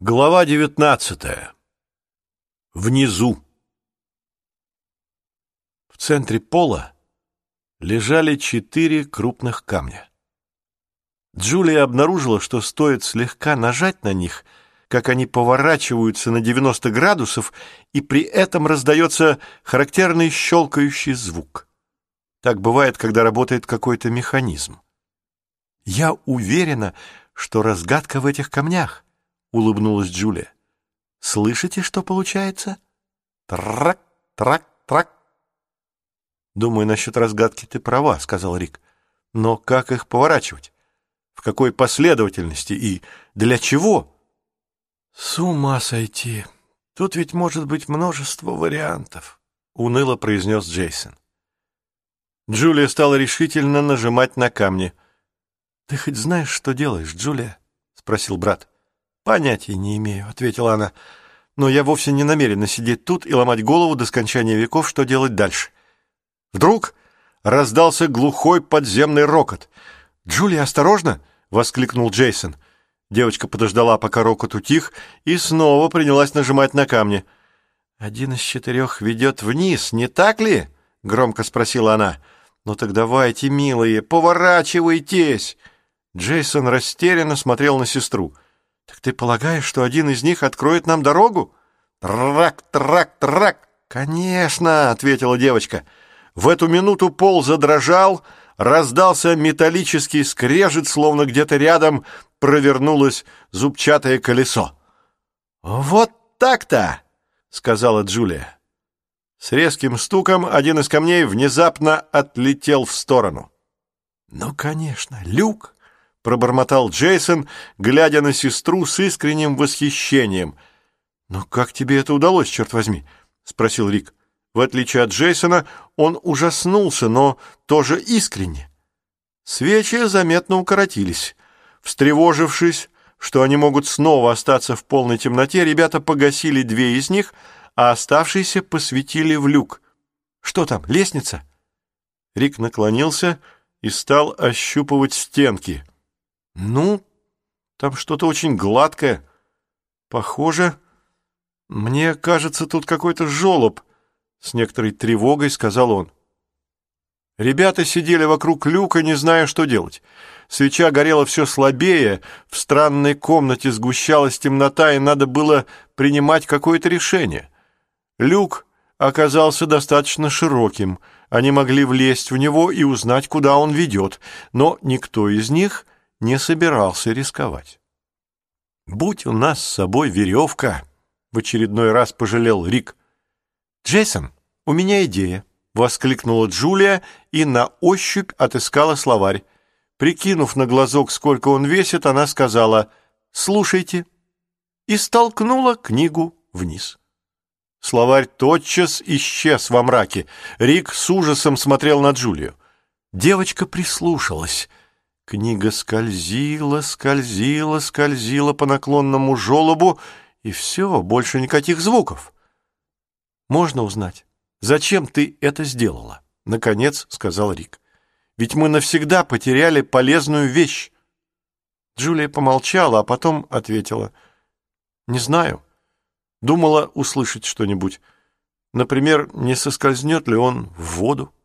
Глава 19. Внизу. В центре пола лежали 4 крупных камня. Джулия обнаружила, что стоит слегка нажать на них, как они поворачиваются на 90 градусов, и при этом раздается характерный щелкающий звук. Так бывает, когда работает какой-то механизм. «Я уверена, что разгадка в этих камнях», — улыбнулась Джулия. «Слышите, что получается? Трак, трак, трак». «Думаю, насчет разгадки ты права», — сказал Рик. «Но как их поворачивать? В какой последовательности и для чего?» «С ума сойти! Тут ведь может быть множество вариантов», — уныло произнес Джейсон. Джулия стала решительно нажимать на камни. «Ты хоть знаешь, что делаешь, Джулия?» — спросил брат. «Понятия не имею», — ответила она. «Но я вовсе не намерена сидеть тут и ломать голову до скончания веков, что делать дальше». Вдруг раздался глухой подземный рокот. «Джулия, осторожно!» — воскликнул Джейсон. Девочка подождала, пока рокот утих, и снова принялась нажимать на камни. «Один из 4 ведет вниз, не так ли?» — громко спросила она. «Ну так давайте, милые, поворачивайтесь!» Джейсон растерянно смотрел на сестру. «Так ты полагаешь, что один из них откроет нам дорогу?» «Трак, трак, трак!» «Конечно!» — ответила девочка. В эту минуту пол задрожал, раздался металлический скрежет, словно где-то рядом провернулось зубчатое колесо. «Вот так-то!» — сказала Джулия. С резким стуком один из камней внезапно отлетел в сторону. «Ну, конечно, люк!» — пробормотал Джейсон, глядя на сестру с искренним восхищением. «Но как тебе это удалось, черт возьми?» — спросил Рик. В отличие от Джейсона, он ужаснулся, но тоже искренне. Свечи заметно укоротились. Встревожившись, что они могут снова остаться в полной темноте, ребята погасили 2 из них, а оставшиеся посветили в люк. «Что там, лестница?» Рик наклонился и стал ощупывать стенки. «Ну, там что-то очень гладкое. Похоже, мне кажется, тут какой-то жолоб», — с некоторой тревогой сказал он. Ребята сидели вокруг люка, не зная, что делать. Свеча горела все слабее, в странной комнате сгущалась темнота, и надо было принимать какое-то решение. Люк оказался достаточно широким, они могли влезть в него и узнать, куда он ведет, но никто из них не собирался рисковать. «Будь у нас с собой веревка», — в очередной раз пожалел Рик. «Джейсон, у меня идея», — воскликнула Джулия и на ощупь отыскала словарь. Прикинув на глазок, сколько он весит, она сказала «слушайте» и столкнула книгу вниз. Словарь тотчас исчез во мраке. Рик с ужасом смотрел на Джулию. Девочка прислушалась. Книга скользила, скользила, скользила по наклонному желобу, и все, больше никаких звуков. «Можно узнать, зачем ты это сделала?» — наконец сказал Рик. «Ведь мы навсегда потеряли полезную вещь». Джулия помолчала, а потом ответила. «Не знаю. Думала услышать что-нибудь. Например, не соскользнет ли он в воду?»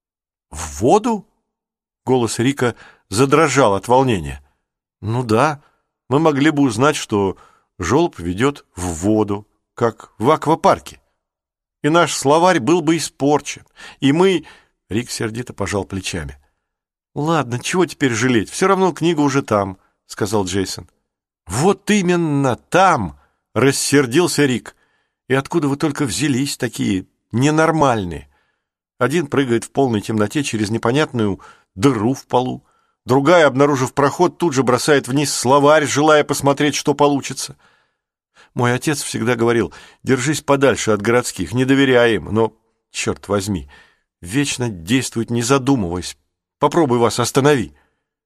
«В воду?» — голос Рика задрожал от волнения. «Ну да, мы могли бы узнать, что желоб ведет в воду, как в аквапарке. И наш словарь был бы испорчен, и мы...» Рик сердито пожал плечами. «Ладно, чего теперь жалеть? Все равно книга уже там», — сказал Джейсон. «Вот именно там!» — рассердился Рик. «И откуда вы только взялись такие ненормальные? Один прыгает в полной темноте через непонятную дыру в полу, другая, обнаружив проход, тут же бросает вниз словарь, желая посмотреть, что получится. Мой отец всегда говорил, держись подальше от городских, не доверяй им, но, черт возьми, вечно действует, не задумываясь. Попробуй вас останови».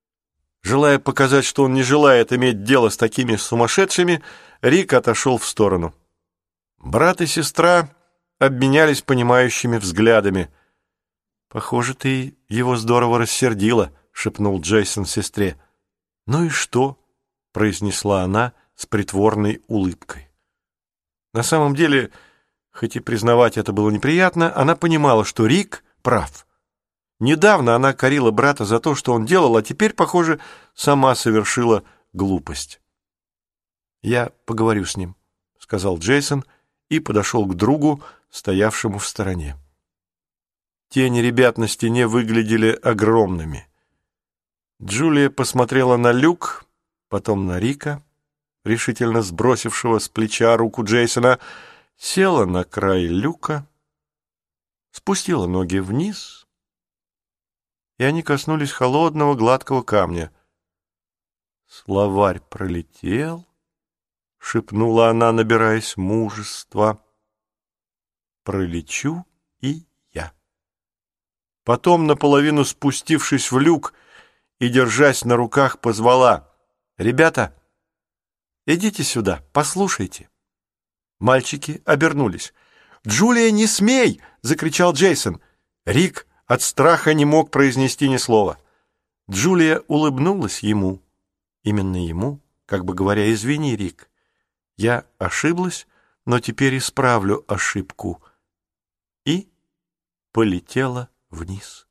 Желая показать, что он не желает иметь дело с такими сумасшедшими, Рик отошел в сторону. Брат и сестра обменялись понимающими взглядами. «Похоже, ты его здорово рассердила», — шепнул Джейсон сестре. «Ну и что?» — произнесла она с притворной улыбкой. На самом деле, хоть и признавать это было неприятно, она понимала, что Рик прав. Недавно она корила брата за то, что он делал, а теперь, похоже, сама совершила глупость. «Я поговорю с ним», — сказал Джейсон и подошел к другу, стоявшему в стороне. Тени ребят на стене выглядели огромными. Джулия посмотрела на люк, потом на Рика, решительно сбросившего с плеча руку Джейсона, села на край люка, спустила ноги вниз, и они коснулись холодного гладкого камня. «Словарь пролетел», — шепнула она, набираясь мужества. «Пролечу и я». Потом, наполовину спустившись в люк и держась на руках, позвала: «Ребята, идите сюда, послушайте». Мальчики обернулись. «Джулия, не смей!» — закричал Джейсон. Рик от страха не мог произнести ни слова. Джулия улыбнулась ему, именно ему, как бы говоря: «Извини, Рик, я ошиблась, но теперь исправлю ошибку». И полетела вниз.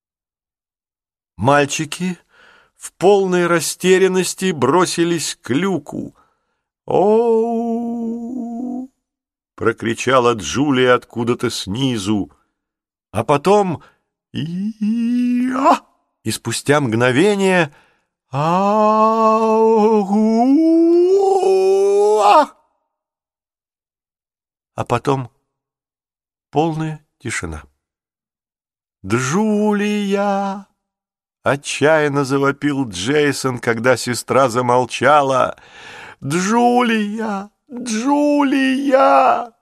Мальчики в полной растерянности бросились к люку. «О-о-о!» — прокричала Джулия откуда-то снизу, а потом «И-а!» и спустя мгновение «А-у-а!» а потом полная тишина. «Джулия!» — отчаянно завопил Джейсон, когда сестра замолчала. «Джулия! Джулия!»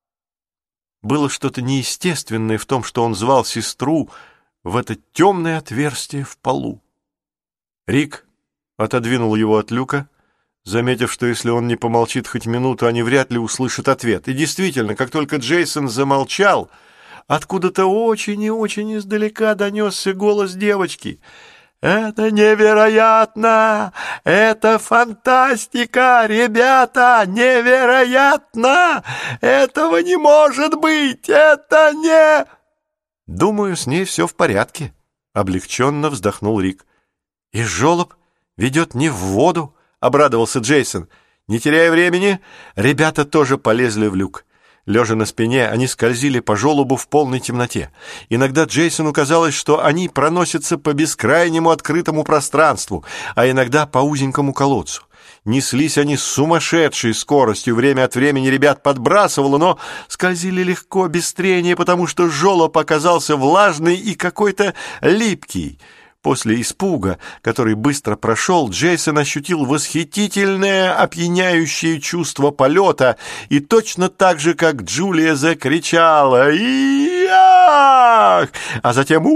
Было что-то неестественное в том, что он звал сестру в это темное отверстие в полу. Рик отодвинул его от люка, заметив, что если он не помолчит хоть минуту, они вряд ли услышат ответ. И действительно, как только Джейсон замолчал, откуда-то очень и очень издалека донесся голос девочки. «Это невероятно! Это фантастика! Ребята, невероятно! Этого не может быть! Это не...» «Думаю, с ней все в порядке», — облегченно вздохнул Рик. «И жолоб ведет не в воду», — обрадовался Джейсон. Не теряя времени, ребята тоже полезли в люк. Лежа на спине, они скользили по желобу в полной темноте. Иногда Джейсону казалось, что они проносятся по бескрайнему открытому пространству, а иногда по узенькому колодцу. Неслись они с сумасшедшей скоростью, время от времени ребят подбрасывало, но скользили легко, без трения, потому что желоб оказался влажный и какой-то липкий. После испуга, который быстро прошел, Джейсон ощутил восхитительное, опьяняющее чувство полета и точно так же, как Джулия, закричала «И-ах!», а затем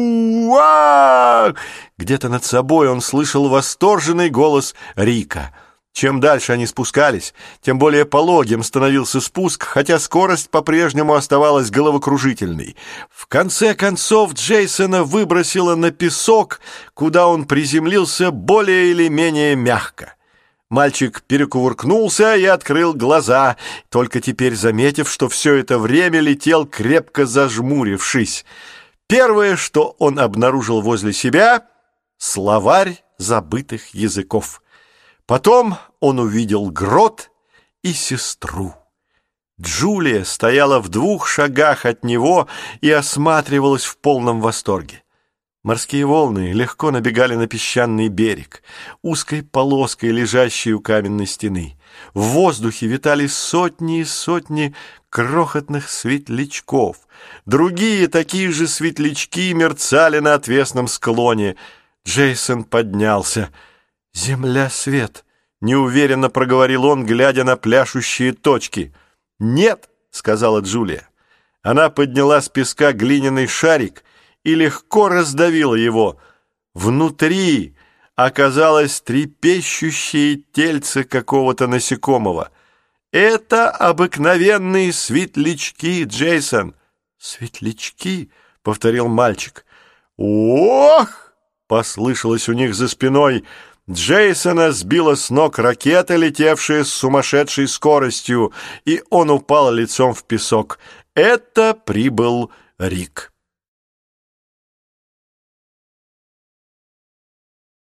«У-ах!». Где-то над собой он слышал восторженный голос Рика. Чем дальше они спускались, тем более пологим становился спуск, хотя скорость по-прежнему оставалась головокружительной. В конце концов Джейсона выбросило на песок, куда он приземлился более или менее мягко. Мальчик перекувыркнулся и открыл глаза, только теперь заметив, что все это время летел, крепко зажмурившись. Первое, что он обнаружил возле себя — словарь забытых языков. Потом он увидел грот и сестру. Джулия стояла в 2 шагах от него и осматривалась в полном восторге. Морские волны легко набегали на песчаный берег, узкой полоской, лежащей у каменной стены. В воздухе витали сотни и сотни крохотных светлячков. Другие такие же светлячки мерцали на отвесном склоне. Джейсон поднялся. «Земля, свет!» — неуверенно проговорил он, глядя на пляшущие точки. «Нет!» — сказала Джулия. Она подняла с песка глиняный шарик и легко раздавила его. Внутри оказалось трепещущее тельце какого-то насекомого. «Это обыкновенные светлячки, Джейсон!» «Светлячки?» — повторил мальчик. «Ох!» — послышалось у них за спиной. Джейсона сбила с ног ракета, летевшая с сумасшедшей скоростью, и он упал лицом в песок. Это прибыл Рик.